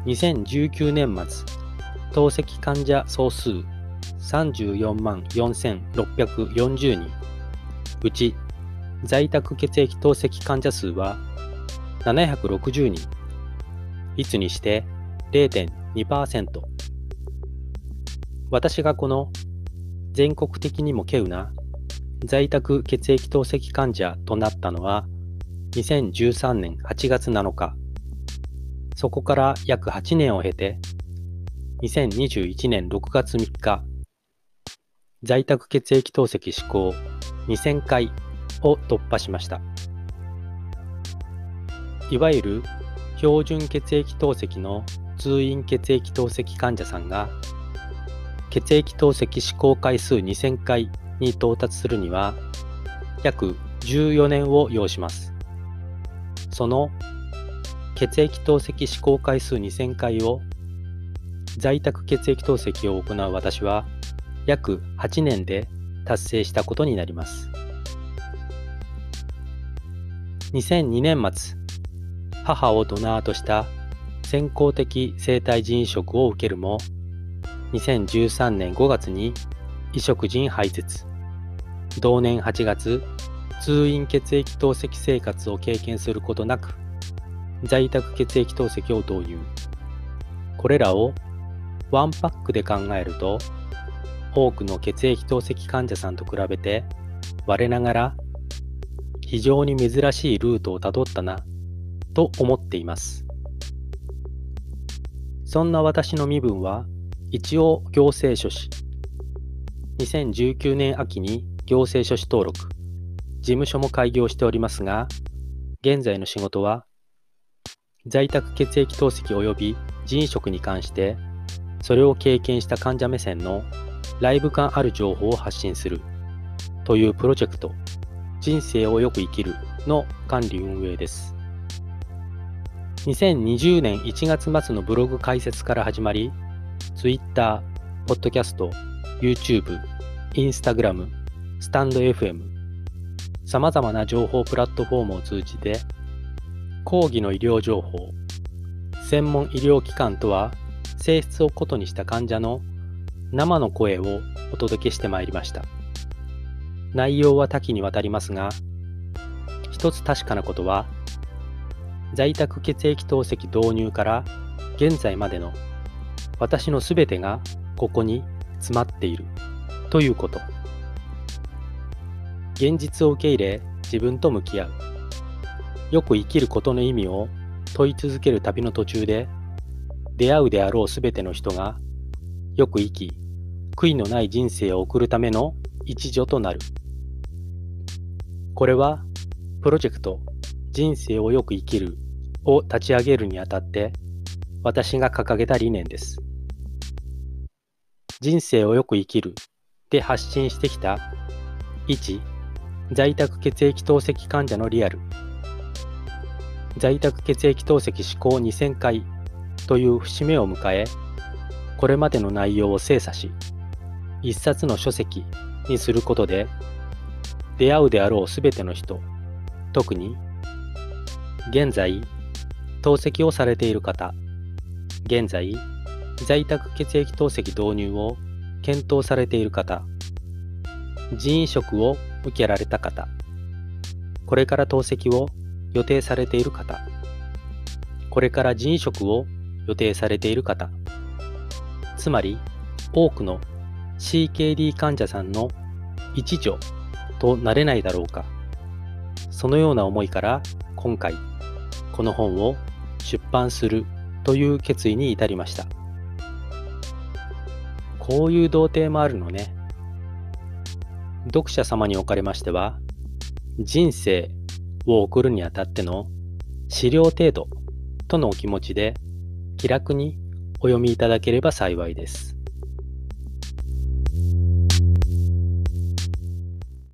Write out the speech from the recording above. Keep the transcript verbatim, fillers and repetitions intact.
にせんじゅうきゅうねん末、透析患者総数さんじゅうよんまんよんせんろっぴゃくよんじゅうにん、うち在宅血液透析患者数はななひゃくろくじゅうにん、率にして れいてんにパーセント。私がこの全国的にも稀有な在宅血液透析患者となったのはにせんじゅうさんねんはちがつなのか、そこから約はちねんを経てにせんにじゅういちねんろくがつみっか、在宅血液透析施行にせんかいを突破しました。いわゆる標準血液透析の通院血液透析患者さんが血液透析施行回数にせんかいに到達するには約じゅうよねんを要します。その血液透析施行回数にせんかいを在宅血液透析を行う私は約はちねんで達成したことになります。にせんにねん末、母をドナーとした先行的生体腎移植を受けるも、にせんじゅうさんねんごがつに移植腎廃絶、同年はちがつ、通院血液透析生活を経験することなく、在宅血液透析を導入。これらをワンパックで考えると、多くの血液透析患者さんと比べて、我ながら非常に珍しいルートをたどったな、と思っています。そんな私の身分は、一応行政書士。にせんじゅうきゅうねん秋に行政書士登録、事務所も開業しておりますが、現在の仕事は、在宅血液透析及び腎移植に関して、それを経験した患者目線のライブ感ある情報を発信するというプロジェクト、人生をよく生きるの管理運営です。にせんにじゅうねんいちがつ末のブログ開設から始まり、Twitter、Podcast、YouTube、Instagram、スタンド エフエム、さまざまな情報プラットフォームを通じて、講義の医療情報、専門医療機関とは性質を異にした患者の生の声をお届けしてまいりました。内容は多岐にわたりますが、一つ確かなことは、在宅血液透析導入から現在までの私のすべてがここに詰まっているということ。現実を受け入れ、自分と向き合う。よく生きることの意味を問い続ける旅の途中で、出会うであろうすべての人がよく生き、悔いのない人生を送るための一助となる。これはプロジェクト人生をよく生きるを立ち上げるにあたって私が掲げた理念です。人生をよく生きるで発信してきたいち在宅血液透析患者のリアル、在宅血液透析施行にせんかいという節目を迎え、これまでの内容を精査し、一冊の書籍にすることで、出会うであろうすべての人、特に現在透析をされている方、現在在宅血液透析導入を検討されている方、腎移植を受けられた方、これから透析を予定されている方、これから腎移植を予定されている方、つまり多くの シーケーディー 患者さんの一助となれないだろうか。そのような思いから今回この本を出版するという決意に至りました。こういう童貞もあるのね。読者様におかれましては、人生を送るにあたっての資料程度とのお気持ちで気楽にお読みいただければ幸いです。